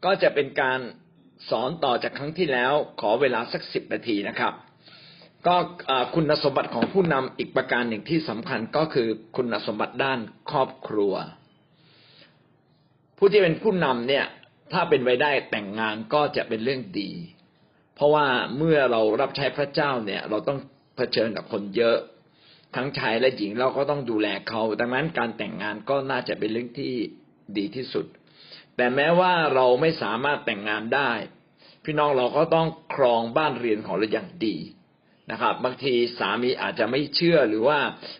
ก็จะเป็นการสอนต่อจากครั้งที่แล้วขอเวลาสัก10 นาทีนะครับก็คุณสมบัติของผู้นำอีกประการหนึ่งที่สำคัญก็คือคุณสมบัติด้านครอบครัวผู้ที่เป็นผู้นำเนี่ยถ้าเป็นไปได้แต่งงานก็จะเป็นเรื่องดีเพราะว่าเมื่อเรารับใช้พระเจ้าเนี่ยเราต้องเผชิญกับคนเยอะทั้งชายและหญิงเราก็ต้องดูแลเขาดังนั้นการแต่งงานก็น่าจะเป็นเรื่องที่ดีที่สุดแต่แม้ว่าเราไม่สามารถแต่งงานได้พี่น้องเราก็ต้องครองบ้านเรือนของเราอย่างดีนะครับบางทีสามีอาจจะไม่เชื่อหรือว่า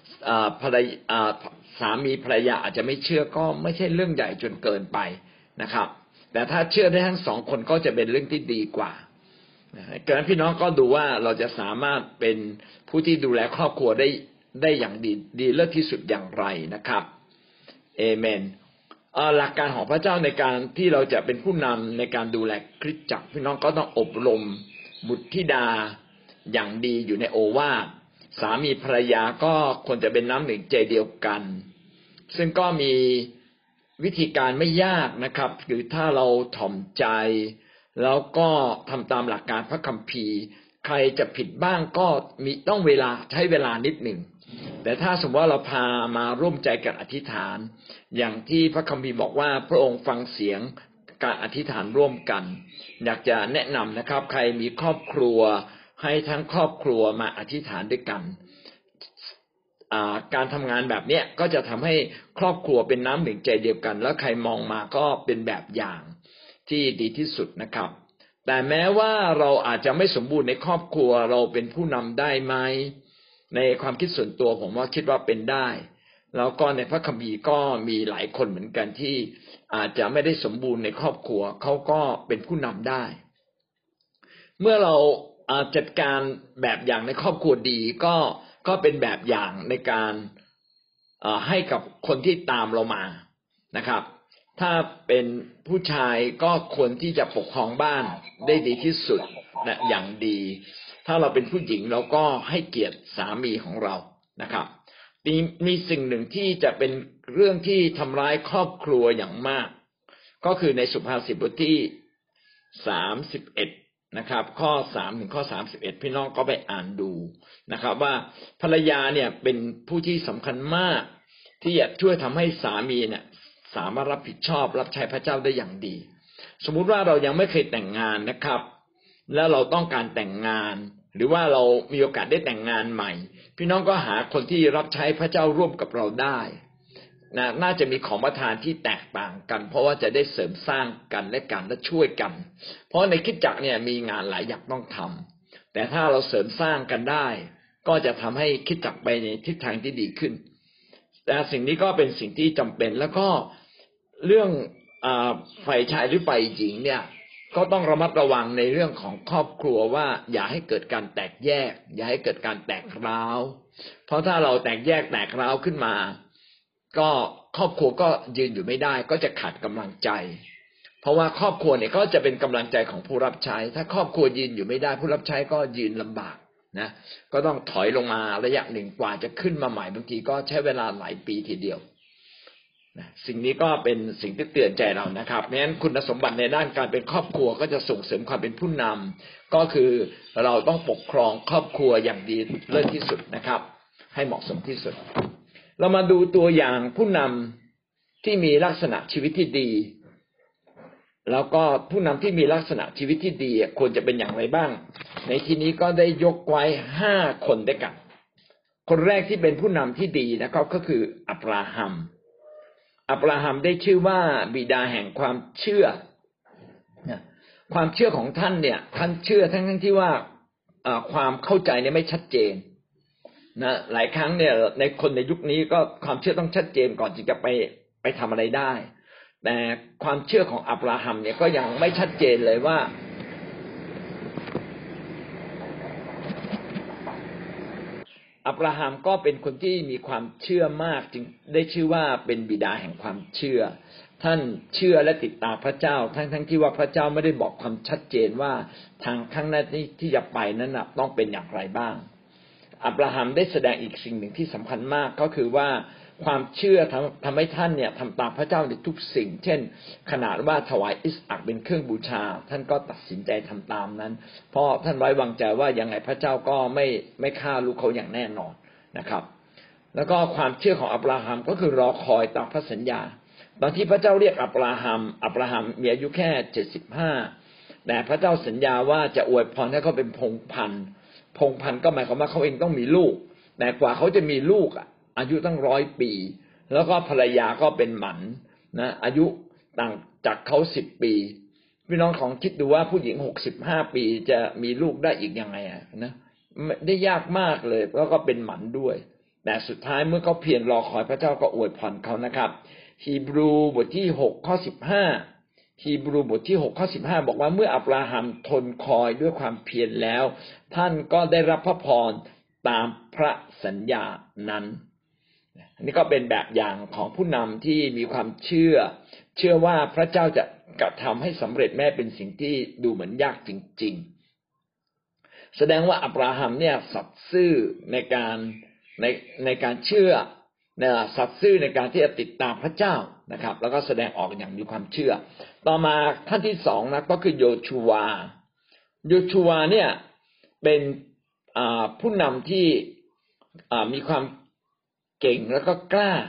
สามีภรรยาอาจจะไม่เชื่อก็ไม่ใช่เรื่องใหญ่จนเกินไปนะครับแต่ถ้าเชื่อได้ทั้งสองคนก็จะเป็นเรื่องที่ดีกว่าดังนั้นพี่น้องก็ดูว่าเราจะสามารถเป็นผู้ที่ดูแลครอบครัวได้อย่างดีเลิศที่สุดอย่างไรนะครับเอเมนหลักการของพระเจ้าในการที่เราจะเป็นผู้นำในการดูแลคริสตจักรพี่น้องก็ต้องอบรมบุตรธิดาอย่างดีอยู่ในโอวาทสามีภรรยาก็ควรจะเป็นน้ำหนึ่งใจเดียวกันซึ่งก็มีวิธีการไม่ยากนะครับคือถ้าเราถ่อมใจแล้วก็ทำตามหลักการพระคัมภีร์ใครจะผิดบ้างก็ต้องใช้เวลานิดหนึ่งแต่ถ้าสมมติว่าเราพามาร่วมใจกันอธิษฐานอย่างที่พระคัมภีร์บอกว่าพระองค์ฟังเสียงการอธิษฐานร่วมกันอยากจะแนะนำนะครับใครมีครอบครัวให้ทั้งครอบครัวมาอธิษฐานด้วยกันการทำงานแบบนี้ก็จะทำให้ครอบครัวเป็นน้ำหนึ่งใจเดียวกันแล้วใครมองมาก็เป็นแบบอย่างที่ดีที่สุดนะครับแต่แม้ว่าเราอาจจะไม่สมบูรณ์ในครอบครัวเราเป็นผู้นำได้ไหมในความคิดส่วนตัวผมว่าคิดว่าเป็นได้แล้วก็ในพระคัมภีร์ก็มีหลายคนเหมือนกันที่อาจจะไม่ได้สมบูรณ์ในครอบครัวเขาก็เป็นผู้นำได้เมื่อเราจัดการแบบอย่างในครอบครัวดีก็เป็นแบบอย่างในการให้กับคนที่ตามเรามานะครับถ้าเป็นผู้ชายก็ควรที่จะปกครองบ้านได้ดีที่สุดและอย่างดีถ้าเราเป็นผู้หญิงเราก็ให้เกียรติสามีของเรานะครับมีสิ่งหนึ่งที่จะเป็นเรื่องที่ทำร้ายครอบครัวอย่างมากก็คือในสุภาษิตบทที่31นะครับข้อ3ถึงข้อ31พี่น้องก็ไปอ่านดูนะครับว่าภรรยาเนี่ยเป็นผู้ที่สำคัญมากที่จะช่วยทำให้สามีเนี่ยสามารถรับผิดชอบรับใช้พระเจ้าได้อย่างดีสมมุติว่าเรายังไม่เคยแต่งงานนะครับแล้วเราต้องการแต่งงานหรือว่าเรามีโอกาสได้แต่งงานใหม่พี่น้องก็หาคนที่รับใช้พระเจ้าร่วมกับเราได้น่าจะมีของประทานที่แตกต่างกันเพราะว่าจะได้เสริมสร้างกันและกันและช่วยกันเพราะในคริสตจักรเนี่ยมีงานหลายอย่างต้องทำแต่ถ้าเราเสริมสร้างกันได้ก็จะทำให้คริสตจักรไปในทิศทางที่ดีขึ้นแต่สิ่งนี้ก็เป็นสิ่งที่จำเป็นแล้วก็เรื่องฝ่ายชายหรือฝ่ายหญิงเนี่ยก็ต้องระมัดระวังในเรื่องของครอบครัวว่าอย่าให้เกิดการแตกแยกอย่าให้เกิดการแตกร้าวเพราะถ้าเราแตกแยกแตกร้าวขึ้นมาก็ครอบครัวก็ยืนอยู่ไม่ได้ก็จะขาดกำลังใจเพราะว่าครอบครัวเนี่ยก็จะเป็นกำลังใจของผู้รับใช้ถ้าครอบครัวยืนอยู่ไม่ได้ผู้รับใช้ก็ยืนลำบากนะก็ต้องถอยลงมาระยะหนึ่งกว่าจะขึ้นมาใหม่บางทีก็ใช้เวลาหลายปีทีเดียวนะสิ่งนี้ก็เป็นสิ่งที่เตือนใจเรานะครับเพราะฉะนั้นคุณสมบัติในด้านการเป็นครอบครัวก็จะส่งเสริมความเป็นผู้นำก็คือเราต้องปกครองครอบครัวอย่างดีเลิศที่สุดนะครับให้เหมาะสมที่สุดเรามาดูตัวอย่างผู้นำที่มีลักษณะชีวิตที่ดีแล้วก็ผู้นำที่มีลักษณะชีวิตที่ดีควรจะเป็นอย่างไรบ้างในที่นี้ก็ได้ยกไว้5 คนด้วยกันคนแรกที่เป็นผู้นำที่ดีนะครับก็คืออับราฮัมได้ชื่อว่าบิดาแห่งความเชื่อความเชื่อของท่านเนี่ยท่านเชื่อทั้งที่ว่าความเข้าใจเนี่ยไม่ชัดเจนนะหลายครั้งเนี่ยในคนในยุคนี้ก็ความเชื่อต้องชัดเจนก่อนจึงจะไปทำอะไรได้แต่ความเชื่อของอับราฮัมเนี่ยก็ยังไม่ชัดเจนเลยว่าอับราฮัมก็เป็นคนที่มีความเชื่อมากจึงได้ชื่อว่าเป็นบิดาแห่งความเชื่อท่านเชื่อและติดตามพระเจ้าทั้งที่ว่าพระเจ้าไม่ได้บอกความชัดเจนว่าทางข้างหน้าที่จะไปนั้นต้องเป็นอย่างไรบ้างอับราฮัมได้แสดงอีกสิ่งหนึ่งที่สำคัญมากก็คือว่าความเชื่อทำให้ท่านเนี่ยทำตามพระเจ้าในทุกสิ่งเช่นขนาดว่าถวายอิสอัคเป็นเครื่องบูชาท่านก็ตัดสินใจทำตามนั้นเพราะท่านไว้วางใจว่ายังไงพระเจ้าก็ไม่ฆ่าลูกเขาอย่างแน่นอนนะครับแล้วก็ความเชื่อของอับราฮัมก็คือรอคอยตามพระสัญญาตอนที่พระเจ้าเรียกอับราฮัมมีอายุแค่75แต่พระเจ้าสัญญาว่าจะอวยพรให้เขาเป็นพงศ์พันธุ์ก็หมายความว่าเขาเองต้องมีลูกแต่กว่าเขาจะมีลูกอายุตั้ง100 ปีแล้วก็ภรรยาก็เป็นหมันนะอายุต่างจากเขา10 ปีพี่น้องของคิดดูว่าผู้หญิง65 ปีจะมีลูกได้อีกยังไงนะได้ยากมากเลยแล้วก็เป็นหมันด้วยแต่สุดท้ายเมื่อเขาเพียรรอคอยพระเจ้าก็อวยพรเขานะครับฮีบรูบทที่6ข้อ15ฮีบรูบทที่6ข้อ15บอกว่าเมื่ออับราฮัมทนคอยด้วยความเพียรแล้วท่านก็ได้รับพระพรตามพระสัญญานั้นนี่ก็เป็นแบบอย่างของผู้นำที่มีความเชื่อว่าพระเจ้าจะกระทำให้สำเร็จแม้เป็นสิ่งที่ดูเหมือนยากจริงๆแสดงว่าอับราฮัมเนี่ยสัตย์ซื่อในการเชื่อสัตย์ซื่อในการที่จะติดตามพระเจ้านะครับแล้วก็แสดงออกอย่างมีความเชื่อต่อมาท่านที่สองนะก็คือโยชูวาเนี่ยเป็นผู้นำที่มีความเก่งแล้วก็กล้า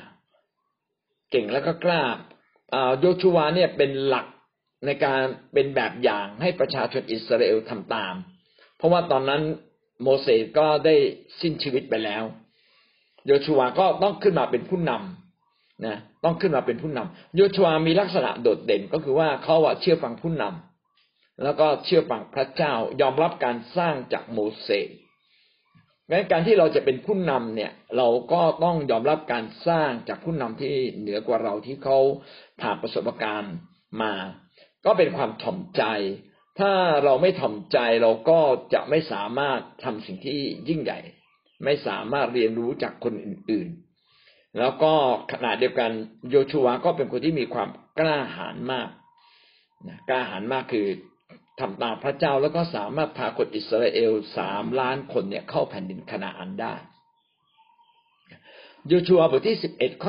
โยชูวาเนี่ยเป็นหลักในการเป็นแบบอย่างให้ประชาชนอิสราเอลทำตามเพราะว่าตอนนั้นโมเสสก็ได้สิ้นชีวิตไปแล้วโยชูวาก็ต้องขึ้นมาเป็นผู้นำนะต้องขึ้นมาเป็นผู้นำโยชูวามีลักษณะโดดเด่นก็คือว่าเขาเชื่อฟังผู้นำแล้วก็เชื่อฟังพระเจ้ายอมรับการสร้างจากโมเสสงั้นการที่เราจะเป็นผู้นำเนี่ยเราก็ต้องยอมรับการสร้างจากผู้นำที่เหนือกว่าเราที่เขาผ่านประสบการณ์มาก็เป็นความถ่อมใจถ้าเราไม่ถ่อมใจเราก็จะไม่สามารถทำสิ่งที่ยิ่งใหญ่ไม่สามารถเรียนรู้จากคนอื่นๆแล้วก็ขณะเดียวกันโยชูวาก็เป็นคนที่มีความกล้าหาญมากกล้าหาญมากคือทำตามพระเจ้าแล้วก็สามารถพาคนอิสราเอล3 ล้านคนเนี่ยเข้าแผ่นดินคานาอันได้โยชูวาบทที่11ข้อ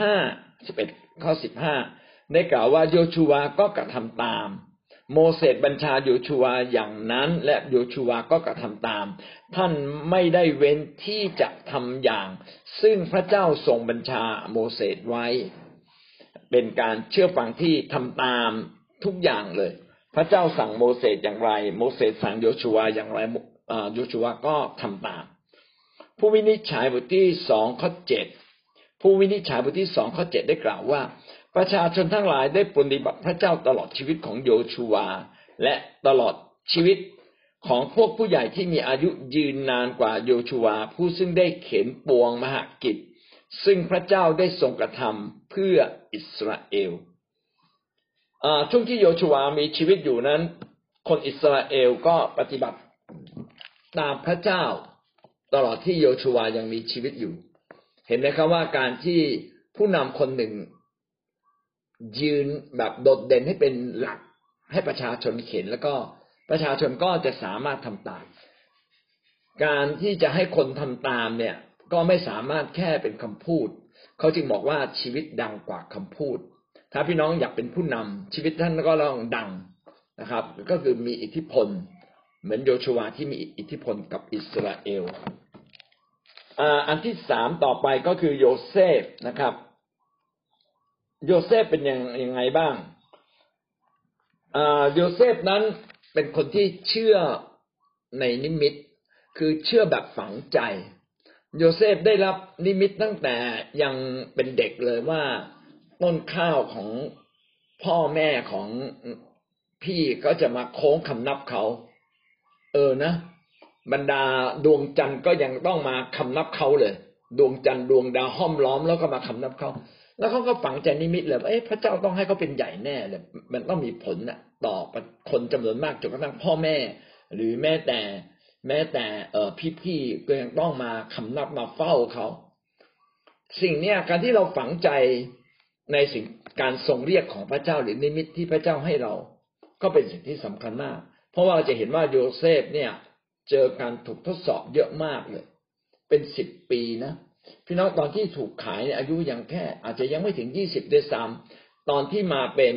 15ได้กล่าวว่าโยชูวาก็กระทำตามโมเสสบัญชาโยชูวาอย่างนั้นและโยชูวาก็กระทำตามท่านไม่ได้เว้นที่จะทำอย่างซึ่งพระเจ้าทรงบัญชาโมเสสไว้เป็นการเชื่อฟังที่ทำตามทุกอย่างเลยพระเจ้าสั่งโมเสสอย่างไรโมเสสสั่งโยชูวาอย่างไรโยชูวาก็ทำตามผู้วินิจฉัยบทที่2ข้อ7ผู้วินิจฉัยบทที่2ข้อ7ได้กล่าวว่าประชาชนทั้งหลายได้ปฏิบัติพระเจ้าตลอดชีวิตของโยชูวาและตลอดชีวิตของพวกผู้ใหญ่ที่มีอายุยืนนานกว่าโยชูวาผู้ซึ่งได้เข็นปวงมหกิจซึ่งพระเจ้าได้ทรงกระทำเพื่ออิสราเอลช่วงที่โยชูวามีชีวิตอยู่นั้นคนอิสราเอลก็ปฏิบัติตามพระเจ้าตลอดที่โยชูวายังมีชีวิตอยู่เห็นไหมครับว่าการที่ผู้นำคนหนึ่งยืนแบบโดดเด่นให้เป็นหลักให้ประชาชนเห็นแล้วก็ประชาชนก็จะสามารถทำตามการที่จะให้คนทำตามเนี่ยก็ไม่สามารถแค่เป็นคำพูดเขาจึงบอกว่าชีวิตดังกว่าคำพูดถ้าพี่น้องอยากเป็นผู้นำชีวิตท่านก็ต้องดังนะครับก็คือมีอิทธิพลเหมือนโยชูวาที่มีอิทธิพลกับอิสราเอลอันที่3ต่อไปก็คือโยเซฟนะครับโยเซฟเป็นยังไงบ้างโยเซฟนั้นเป็นคนที่เชื่อในนิมิตคือเชื่อแบบฝังใจโยเซฟได้รับนิมิตตั้งแต่ยังเป็นเด็กเลยว่าต้นข้าวของพ่อแม่ของพี่ก็จะมาโค้งคำนับเขานะบรรดาดวงจันทร์ก็ยังต้องมาคำนับเขาเลยดวงจันทร์ดวงดาวห้อมล้อมแล้วก็มาคำนับเขาแล้วเขาก็ฝังใจนิมิตเลยว่าพระเจ้าต้องให้เขาเป็นใหญ่แน่เลยมันต้องมีผลต่อคนจำนวนมากจนกระทั่งพ่อแม่หรือแม้แต่พี่ๆก็ยังต้องมาคำนับมาเฝ้าเขาสิ่งเนี้ยการที่เราฝังใจในสิ่งการทรงเรียกของพระเจ้าหรือนิมิตที่พระเจ้าให้เราก็เป็นสิ่งที่สำคัญมากเพราะว่าเราจะเห็นว่าโยเซฟเนี่ยเจอการถูกทดสอบเยอะมากเลยเป็น10 ปีนะพี่น้องตอนที่ถูกขายเนี่ยอายุยังแค่อาจจะยังไม่ถึง20ด้วยซ้ำตอนที่มาเป็น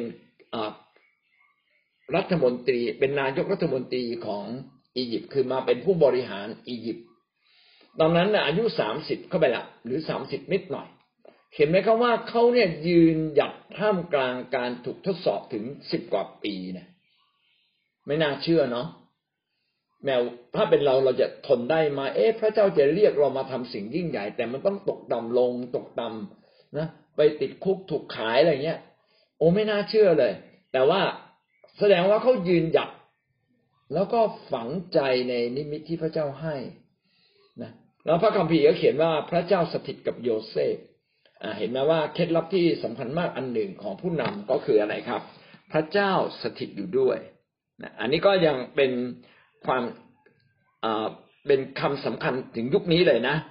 รัฐมนตรีเป็นนายกรัฐมนตรีของอียิปต์คือมาเป็นผู้บริหารอียิปต์ตอนนั้นอายุ30เข้าไปละหรือ30นิดหน่อยเห็นไหมครับว่าเขาเนี่ยยืนหยัดท่ามกลางการถูกทดสอบถึง10 กว่าปีนะไม่น่าเชื่อเนาะแม้ถ้าเป็นเราจะทนได้มาพระเจ้าจะเรียกเรามาทำสิ่งยิ่งใหญ่แต่มันต้องตกต่ำลงตกต่ำนะไปติดคุกถูกขายอะไรเงี้ยโอ้ไม่น่าเชื่อเลยแต่ว่าแสดงว่าเขายืนหยัดแล้วก็ฝังใจในนิมิตที่พระเจ้าให้นะแล้วพระคัมภีร์ก็เขียนว่าพระเจ้าสถิตกับโยเซฟเห็นไหมว่าเคล็ดลับที่สำคัญมากอันหนึ่งของผู้นำก็คืออะไรครับพระเจ้าสถิตอยู่ด้วยนะอันนี้ก็ยังเป็นความเป็นคำสำคัญถึงยุคนี้เลยนะ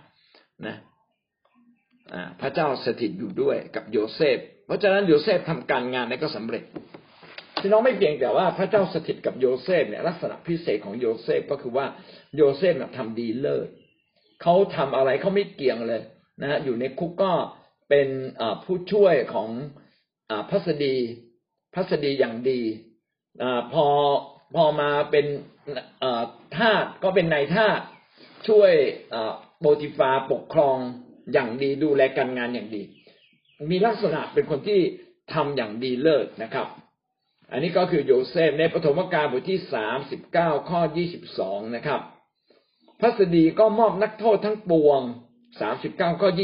พระเจ้าสถิตอยู่ด้วยกับโยเซฟเพราะฉะนั้นโยเซฟทำการงานนั้นก็สำเร็จพี่น้องไม่เพียงแต่ว่าพระเจ้าสถิตกับโยเซฟเนี่ยลักษณะพิเศษของโยเซฟก็คือว่าโยเซฟทำดีเลิศเขาทำอะไรเขาไม่เกี่ยงเลยนะอยู่ในคุกก็เป็นผู้ช่วยของพัสดีอย่างดีพอมาเป็นทาสก็เป็นนายทาสช่วยโปติฟาปกครองอย่างดีดูแลการงานอย่างดีมีลักษณะเป็นคนที่ทำอย่างดีเลิศนะครับอันนี้ก็คือโยเซฟในปฐมกาลบทที่39ข้อ22นะครับพัสดีก็มอบนักโทษทั้งปวง39ข้อ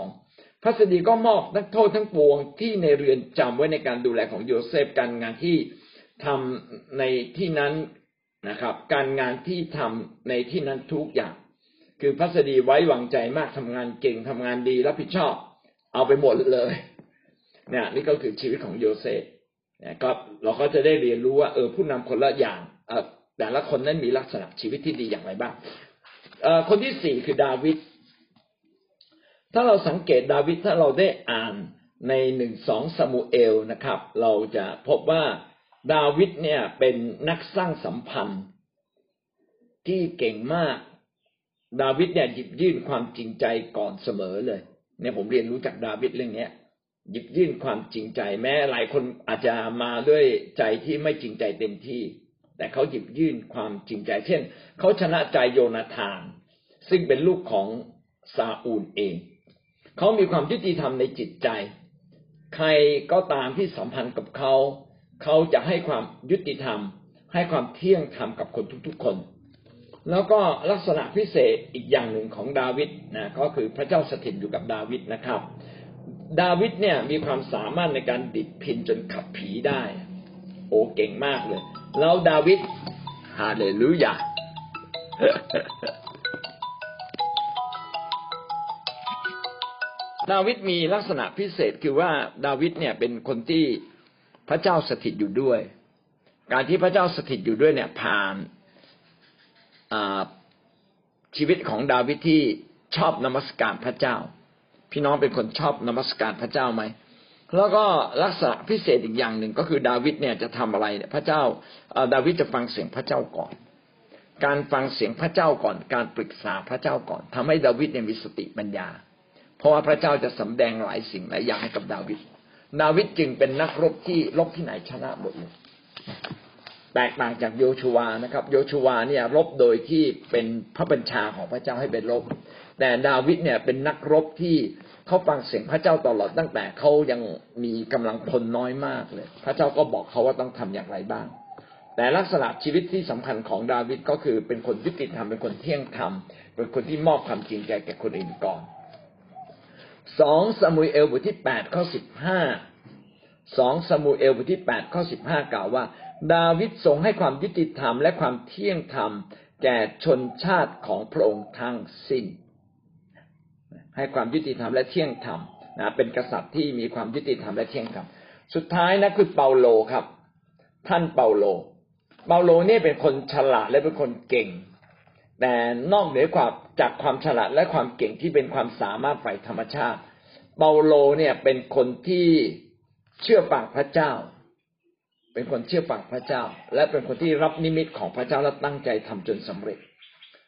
22พัสดีก็มอบนักโทษทั้งปวงที่ในเรือนจำไว้ในการดูแลของโยเซฟการงานที่ทำในที่นั้นนะครับการงานที่ทำในที่นั้นทุกอย่างคือพัสดีไว้วางใจมากทำงานเก่งทำงานดีรับผิดชอบเอาไปหมดเลยเนี่ยนี่ก็คือชีวิตของโยเซฟนะครับเราก็จะได้เรียนรู้ว่าผู้นำคนละอย่างแต่ละคนนั้นมีลักษณะชีวิตที่ดีอย่างไรบ้างคนที่4คือดาวิดถ้าเราสังเกตดาวิดถ้าเราได้อ่านใน1-2 ซามูเอลนะครับเราจะพบว่าดาวิดเนี่ยเป็นนักสร้างสัมพันธ์ที่เก่งมากดาวิดเนี่ยหยิบยื่นความจริงใจก่อนเสมอเลยเนี่ยผมเรียนรู้จากดาวิดเรื่องนี้หยิบยื่นความจริงใจแม้หลายคนอาจจะมาด้วยใจที่ไม่จริงใจเต็มที่แต่เขาหยิบยื่นความจริงใจเช่นเขาชนะใจโยนาธานซึ่งเป็นลูกของซาอูลเองเขามีความยุติธรรมในจิตใจใครก็ตามที่สัมพันธ์กับเขาจะให้ความยุติธรรมให้ความเที่ยงธรรมกับคนทุกๆคนแล้วก็ลักษณะพิเศษอีกอย่างหนึ่งของดาวิดนะก็คือพระเจ้าสถิตอยู่กับดาวิดนะครับดาวิดเนี่ยมีความสามารถในการดิดพินจนขับผีได้โอ้เก่งมากเลยแล้วดาวิดฮาเลลูยา ดาวิดมีลักษณะพิเศษคือว่าดาวิดเนี่ยเป็นคนที่พระเจ้าสถิตอยู่ด้วยการที่พระเจ้าสถิตอยู่ด้วยเนี่ยผ่านชีวิตของดาวิดที่ชอบนมัสการพระเจ้าพี่น้องเป็นคนชอบนมัสการพระเจ้าไหมแล้วก็ลักษณะพิเศษอีกอย่างหนึ่งก็คือดาวิดเนี่ยจะทำอะไรเนี่ยพระเจ้าดาวิดจะฟังเสียงพระเจ้าก่อนการฟังเสียงพระเจ้าก่อนการปรึกษาพระเจ้าก่อนทำให้ดาวิดเนี่ยมีสติปัญญาเพราะว่าพระเจ้าจะสำแดงหลายสิ่งหลายอย่างให้กับดาวิดจึงเป็นนักรบที่รบที่ไหนชนะหมดเลยแตกต่างจากโยชูวานะครับโยชูวาเนี่ยรบโดยที่เป็นพระบัญชาของพระเจ้าให้ไปรบแต่ดาวิดเนี่ยเป็นนักรบที่เขาฟังเสียงพระเจ้าตลอดตั้งแต่เขายังมีกำลังพลน้อยมากเลยพระเจ้าก็บอกเขาว่าต้องทำอย่างไรบ้างแต่ลักษณะชีวิตที่สำคัญของดาวิดก็คือเป็นคนยุติธรรมเป็นคนเที่ยงธรรมเป็นคนที่มอบความจริงใจแก่คนอื่นก่อน2 ซามูเอลบทที่8ข้อ15 2 ซามูเอลบทที่8ข้อ15กล่าวว่าดาวิดทรงให้ความยุติธรรมและความเที่ยงธรรมแก่ชนชาติของพระองค์ทั้งสิ้นให้ความยุติธรรมและเที่ยงธรรมเป็นกษัตริย์ที่มีความยุติธรรมและเที่ยงธรรมสุดท้ายนะคือเปาโลครับท่านเปาโลนี่เป็นคนฉลาดและเป็นคนเก่งแต่นอกเหนือจากความฉลาดและความเก่งที่เป็นความสามารถฝ่ายธรรมชาติเปาโลเนี่ยเป็นคนที่เชื่อฟังพระเจ้าเป็นคนเชื่อฟังพระเจ้าและเป็นคนที่รับนิมิตของพระเจ้าและตั้งใจทำจนสำเร็จ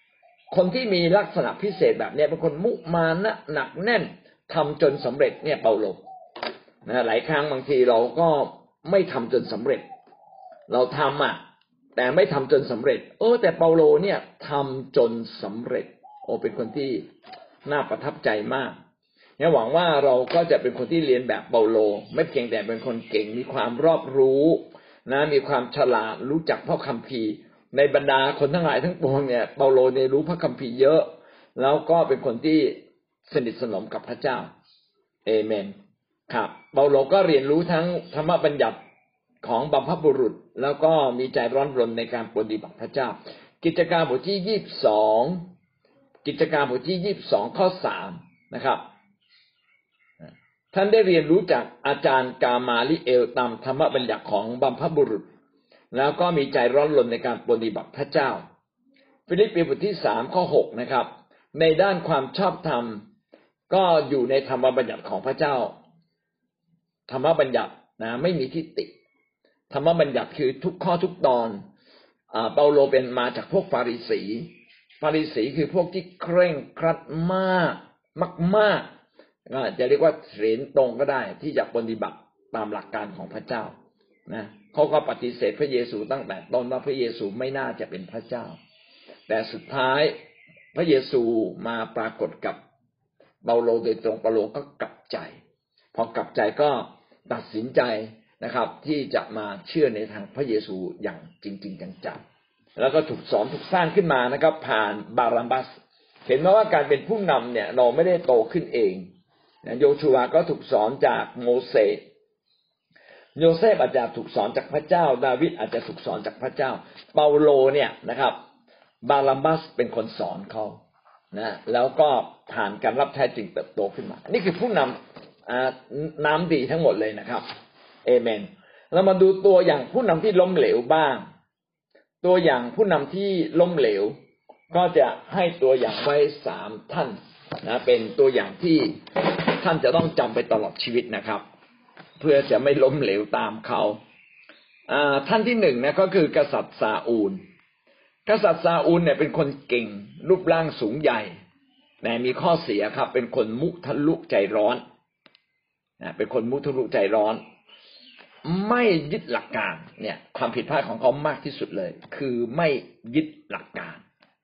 คนที่มีลักษณะพิเศษแบบนี้เป็นคนมุมานะหนักแน่นทำจนสำเร็จเนี่ยเปาโลนะหลายครั้งบางทีเราก็ไม่ทำจนสำเร็จเราทำแต่ไม่ทำจนสำเร็จแต่เปาโลเนี่ยทำจนสำเร็จเป็นคนที่น่าประทับใจมากเนี่ยหวังว่าเราก็จะเป็นคนที่เรียนแบบเปาโลไม่เพียงแต่เป็นคนเก่งมีความรอบรู้นะมีความฉลาดรู้จักพระคัมภีร์ในบรรดาคนทั้งหลายทั้งปวงเนี่ยเปาโลเนี่ยรู้พระคัมภีร์เยอะแล้วก็เป็นคนที่สนิทสนมกับพระเจ้าเอเมนครับเปาโลก็เรียนรู้ทั้งธรรมบัญญัติของบัพพบุรุษแล้วก็มีใจร้อนรนในการปฏิบัติพระเจ้ากิจการบทที่22กิจการบทที่22ข้อ3นะครับท่านได้เรียนรู้จากอาจารย์กามาลิเอลตามธรรมบัญญัติของบัพพบุรุษแล้วก็มีใจร้อนรนในการปฏิบัติพระเจ้าฟิลิปปีบทที่3ข้อ6นะครับในด้านความชอบธรรมก็อยู่ในธรรมบัญญัติของพระเจ้าธรรมบัญญัติไม่มีทิฏฐิธรรมบัญญัติคือทุกข้อทุกตอนเปาโลเป็นมาจากพวกฟาริสีคือพวกที่เคร่งครัดมากจะเรียกว่าเถรตรงก็ได้ที่จะปฏิบัติตามหลักการของพระเจ้านะเขาก็ปฏิเสธพระเยซูตั้งแต่ต้นว่าพระเยซูไม่น่าจะเป็นพระเจ้าแต่สุดท้ายพระเยซูมาปรากฏกับเปาโลโดยตรงเปาโลก็กลับใจพอกลับใจก็ตัดสินใจนะครับที่จะมาเชื่อในทางพระเยซูอย่างจริงๆจังๆแล้วก็ถูกสอนถูกสร้างขึ้นมานะครับผ่านบารัมบัสเห็นไหมว่าการเป็นผู้นำเนี่ยเราไม่ได้โตขึ้นเองโยชูวาก็ถูกสอนจากโมเสสโยเซฟอาจจะถูกสอนจากพระเจ้าดาวิดอาจจะถูกสอนจากพระเจ้าเปาโลเนี่ยนะครับบารัมบัสเป็นคนสอนเขานะแล้วก็ผ่านการรับใช้จึงเติบโตขึ้นมานี่คือผู้นำน้ำดีทั้งหมดเลยนะครับเอเมนเรามาดูตัวอย่างผู้นำที่ล้มเหลวบ้างตัวอย่างผู้นำที่ล้มเหลวก็จะให้ตัวอย่างไว้3ท่านนะเป็นตัวอย่างที่ท่านจะต้องจำไปตลอดชีวิตนะครับเพื่อจะไม่ล้มเหลวตามเขาท่านที่1นะก็คือกษัตริย์ซาอูลกษัตริย์ซาอูลเนี่ยเป็นคนเก่งรูปร่างสูงใหญ่แต่มีข้อเสียครับเป็นคนมุทะลุใจร้อนเป็นคนมุทะลุใจร้อนไม่ยึดหลักการเนี่ยความผิดพลาดของเขามากที่สุดเลยคือไม่ยึดหลักการ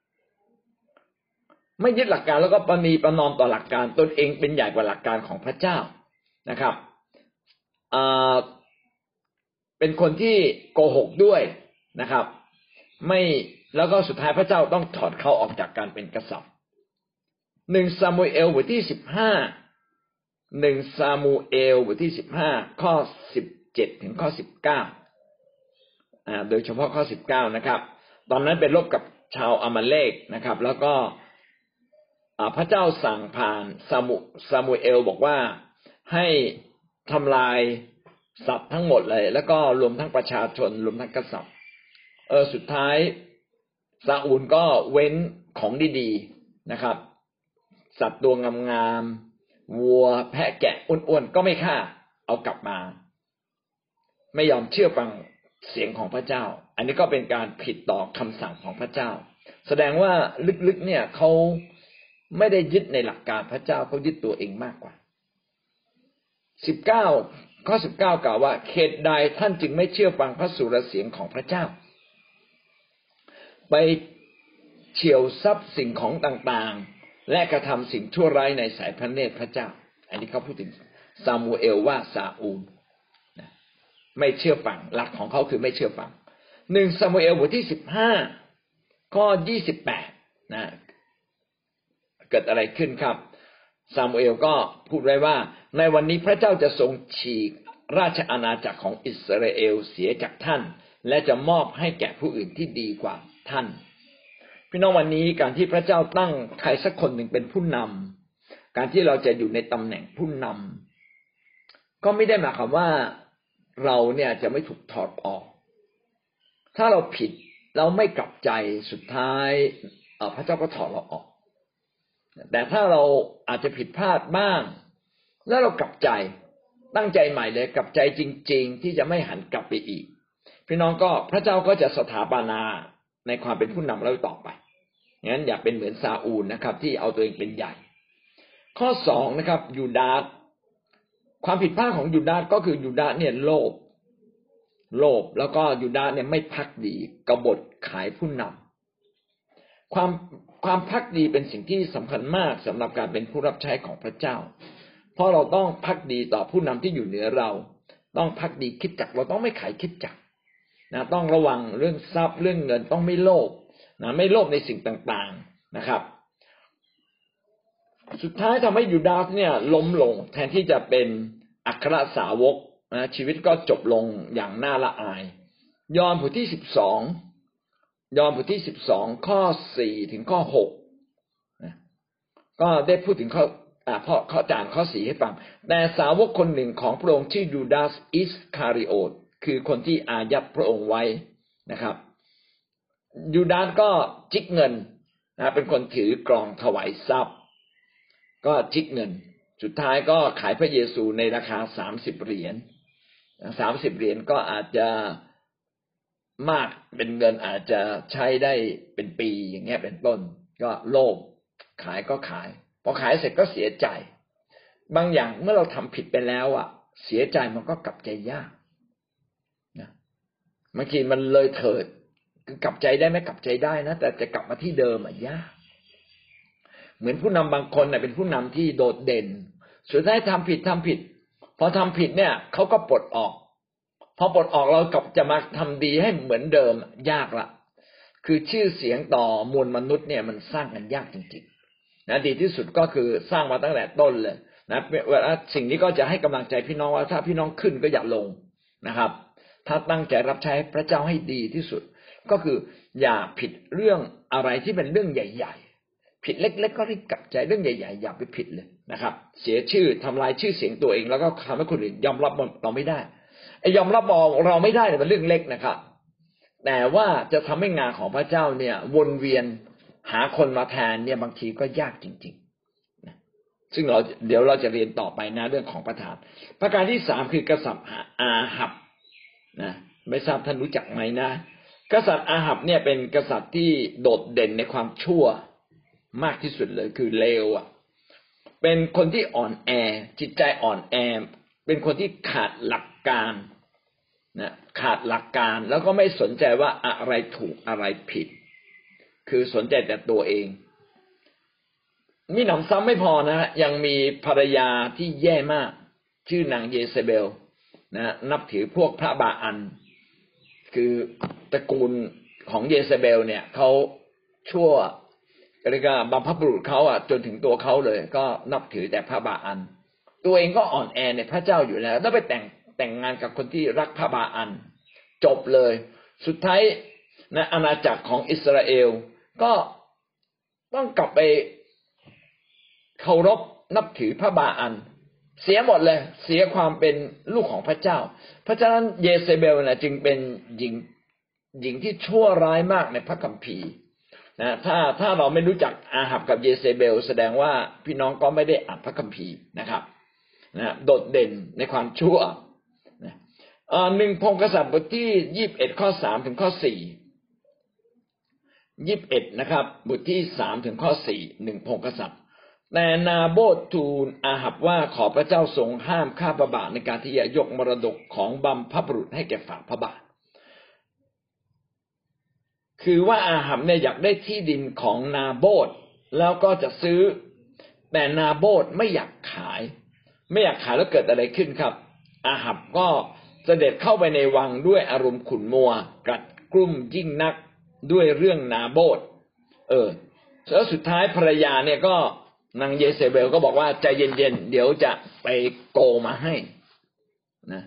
ไม่ยึดหลักการแล้วก็ประนีประนอมต่อหลักการตนเองเป็นใหญ่กว่าหลักการของพระเจ้านะครับเป็นคนที่โกหกด้วยนะครับไม่แล้วก็สุดท้ายพระเจ้าต้องถอดเขาออกจากการเป็นกษัตริย์1ซามูเอลบทที่15 1ซามูเอลบทที่15ข้อ17ถึงข้อ19โดยเฉพาะข้อ19นะครับตอนนั้นเป็นรบกับชาวอามาเลกนะครับแล้วก็พระเจ้าสั่งผ่านซามูเอลบอกว่าให้ทำลายสัตว์ทั้งหมดเลยแล้วก็รวมทั้งประชาชนรวมทั้งกษัตริย์สุดท้ายซาอูลก็เว้นของดีๆนะครับสัตว์ตัวงามๆวัวแพะแกะอ้วนๆก็ไม่ฆ่าเอากลับมาไม่ยอมเชื่อฟังเสียงของพระเจ้าอันนี้ก็เป็นการผิดต่อคำสั่งของพระเจ้าแสดงว่าลึกๆเนี่ยเขาไม่ได้ยึดในหลักการพระเจ้าเขายึดตัวเองมากกว่า19ข้อ19กล่าวว่าเหตุใดท่านจึงไม่เชื่อฟังพระสุรเสียงของพระเจ้าไปเฉี่ยวทรัพย์สิ่งของต่างๆและกระทำสิ่งชั่วร้ายในสายพระเนตรพระเจ้าอันนี้เขาพูดถึงซามูเอลว่าซาอูลไม่เชื่อฟังหลักของเขาคือไม่เชื่อฟัง1ซามูเอลบทที่15ข้อ28นะเกิดอะไรขึ้นครับซามูเอลก็พูดไว้ว่าในวันนี้พระเจ้าจะทรงฉีกราชอาณาจักรของอิสราเอลเสียจากท่านและจะมอบให้แก่ผู้อื่นที่ดีกว่าท่านพี่น้องวันนี้การที่พระเจ้าตั้งใครสักคนหนึ่งเป็นผู้นำการที่เราจะอยู่ในตำแหน่งผู้นำก็ไม่ได้หมายความว่าเราเนี่ยจะไม่ถูกถอดออกถ้าเราผิดเราไม่กลับใจสุดท้ายพระเจ้าก็ถอดเราออกแต่ถ้าเราอาจจะผิดพลาดบ้างแล้วเรากลับใจตั้งใจใหม่เลยกลับใจจริงๆที่จะไม่หันกลับไปอีกพี่น้องก็พระเจ้าก็จะสถาปนาในความเป็นผู้นำเราต่อไปงั้นอย่าเป็นเหมือนซาอูลนะครับที่เอาตัวเองเป็นใหญ่ข้อ2นะครับยูดาสความผิดพลาดของยูดาสก็คือยูดาสเนี่ยโลภแล้วก็ยูดาสเนี่ยไม่ภักดีกบฏขายผู้นำความภักดีเป็นสิ่งที่สำคัญมากสำหรับการเป็นผู้รับใช้ของพระเจ้าเพราะเราต้องภักดีต่อผู้นำที่อยู่เหนือเราต้องภักดีคริสตจักรเราต้องไม่ขายคริสตจักรนะต้องระวังเรื่องทรัพย์เรื่องเงินต้องไม่โลภนะไม่โลภในสิ่งต่างๆนะครับสุดท้ายทำให้ยูดาสเนี่ยล้มลงแทนที่จะเป็นอัครสาวกนะชีวิตก็จบลงอย่างน่าละอายยอห์นบทที่12ข้อ4ถึงข้อ6นะก็ได้พูดถึงข้อจานข้อ4ให้ฟังแต่สาวกคนหนึ่งของพระองค์ชื่อยูดาสอิสคาริโอตคือคนที่อายัดพระองค์ไว้นะครับยูดาสก็จิกเงินนะเป็นคนถือกล่องถวายทรัพย์ก็จิกเงินสุดท้ายก็ขายพระเยซูในราคา30 เหรียญ30 เหรียญก็อาจจะมากเป็นเงินอาจจะใช้ได้เป็นปีอย่างเงี้ยเป็นต้นก็โลภขายก็ขายพอขายเสร็จก็เสียใจบางอย่างเมื่อเราทำผิดไปแล้วอ่ะเสียใจมันก็กลับใจยากนะบางทีมันเลยเถิดคือกลับใจได้ไหมกลับใจได้นะแต่จะกลับมาที่เดิมอ่ะยากเหมือนผู้นำบางคนน่ะเป็นผู้นำที่โดดเด่นสุดท้ายทำผิดพอทำผิดเนี่ยเขาก็ปลดออกพอปลดออกเรากลับจะมาทำดีให้เหมือนเดิมยากละคือชื่อเสียงต่อมวลมนุษย์เนี่ยมันสร้างกันยากจริงๆนะดีที่สุดก็คือสร้างมาตั้งแต่ต้นเลยนะสิ่งนี้ก็จะให้กำลังใจพี่น้องว่าถ้าพี่น้องขึ้นก็อย่าลงนะครับถ้าตั้งใจรับใช้พระเจ้าให้ดีที่สุดก็คืออย่าผิดเรื่องอะไรที่เป็นเรื่องใหญ่ๆผิดเล็กๆก็รีบกลับใจเรื่องใหญ่ๆอย่าไปผิดเลยนะครับเสียชื่อทำลายชื่อเสียงตัวเองแล้วก็ทำให้คนอื่นยอมรับเราไม่ได้ยอมรับเราไม่ได้เป็นเรื่องเล็กนะครับแต่ว่าจะทำให้งานของพระเจ้าเนี่ยวนเวียนหาคนมาแทนเนี่ยบางทีก็ยากจริงๆนะซึ่งเดี๋ยวเราจะเรียนต่อไปนะเรื่องของประธานประการที่3คือกษัตริย์อาหับนะไม่ทราบท่านรู้จักไหมนะกษัตริย์อาหับเนี่ยเป็นกษัตริย์ที่โดดเด่นในความชั่วมากที่สุดเลยคือเลวอ่ะเป็นคนที่อ่อนแอจิตใจอ่อนแอเป็นคนที่ขาดหลักการนะขาดหลักการแล้วก็ไม่สนใจว่าอะไรถูกอะไรผิดคือสนใจแต่ตัวเองมีหนำซ้ำไม่พอนะยังมีภรรยาที่แย่มากชื่อนางเยเซเบลนะนับถือพวกพระบาอันคือตระกูลของเยเซเบลเนี่ยเขาชั่วเรียกว่าบรรพบุรุษเขาอ่ะจนถึงตัวเขาเลยก็นับถือแต่พระบาอันตัวเองก็อ่อนแอในพระเจ้าอยู่แล้วแล้วไปแต่งงานกับคนที่รักพระบาอันจบเลยสุดท้ายนะอาณาจักรของอิสราเอลก็ต้องกลับไปเคารพนับถือพระบาอันเสียหมดเลยเสียความเป็นลูกของพระเจ้าเพราะฉะนั้นเยเซเบลนะจึงเป็นหญิงที่ชั่วร้ายมากในพระคัมภีร์นะถ้าเราไม่รู้จักอาหับกับเยเซเบลแสดงว่าพี่น้องก็ไม่ได้อ่านพระคัมภีร์นะครับนะโดดเด่นในความชั่วนะ1 พงศ์กษัตริย์บทที่21ข้อ3ถึงข้อ4 21นะครับบทที่3ถึงข้อ4 1 พงศ์กษัตริย์แต่นาโบธทูลอาหับว่าขอพระเจ้าทรงห้ามข้าพระบาทในการที่จะยกมรดกของบัมพบุรุษให้แก่ฝ่าพระบาทคือว่าอาหับเนี่ยอยากได้ที่ดินของนาโบธแล้วก็จะซื้อแต่นาโบธไม่อยากขายแล้วเกิดอะไรขึ้นครับอาหับก็เสด็จเข้าไปในวังด้วยอารมณ์ขุ่นมัวกัดกลุ้มยิ่งนักด้วยเรื่องนาโบธแล้วสุดท้ายภรรยาเนี่ยก็นางเยเซเบลก็บอกว่าใจเย็นๆเดี๋ยวจะไปโกมาให้นะ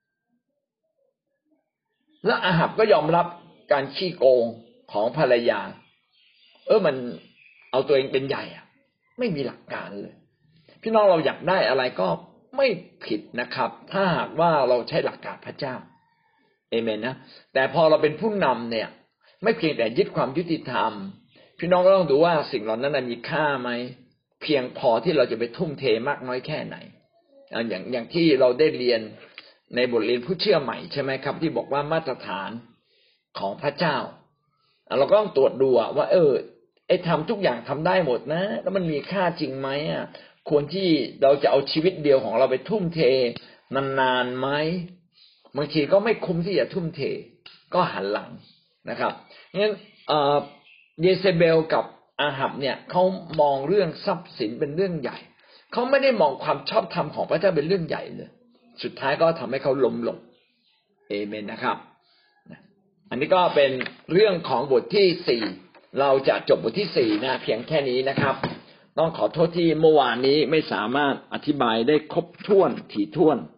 แล้วอาหับก็ยอมรับการขี้โกงของภรรยามันเอาตัวเองเป็นใหญ่อะไม่มีหลักการเลยพี่น้องเราอยากได้อะไรก็ไม่ผิดนะครับถ้าหากว่าเราใช้หลักการพระเจ้าเอเมนนะแต่พอเราเป็นผู้นำเนี่ยไม่เพียงแต่ยึดความยุติธรรมพี่น้องก็ต้องดูว่าสิ่งเหล่านั้นมีค่าไหมเพียงพอที่เราจะไปทุ่มเทมากน้อยแค่ไหนอย่างที่เราได้เรียนในบทเรียนผู้เชื่อใหม่ใช่ไหมครับที่บอกว่ามาตรฐานของพระเจ้าเราก็ต้องตรวจดูว่าทำทุกอย่างทำได้หมดนะแล้วมันมีค่าจริงไหมควรที่เราจะเอาชีวิตเดียวของเราไปทุ่มเทนานๆไหมบางทีก็ไม่คุ้มที่จะทุ่มเทก็หันหลังนะครับงั้นเยเซเบลกับอาหับเนี่ยเขามองเรื่องทรัพย์สินเป็นเรื่องใหญ่เขาไม่ได้มองความชอบธรรมของพระเจ้าเป็นเรื่องใหญ่เลยสุดท้ายก็ทำให้เขาล้มลงเอเมนนะครับอันนี้ก็เป็นเรื่องของบทที่4เราจะจบบทที่4นะเพียงแค่นี้นะครับต้องขอโทษที่เมื่อวานนี้ไม่สามารถอธิบายได้ครบถ้วนถี่ถ้วน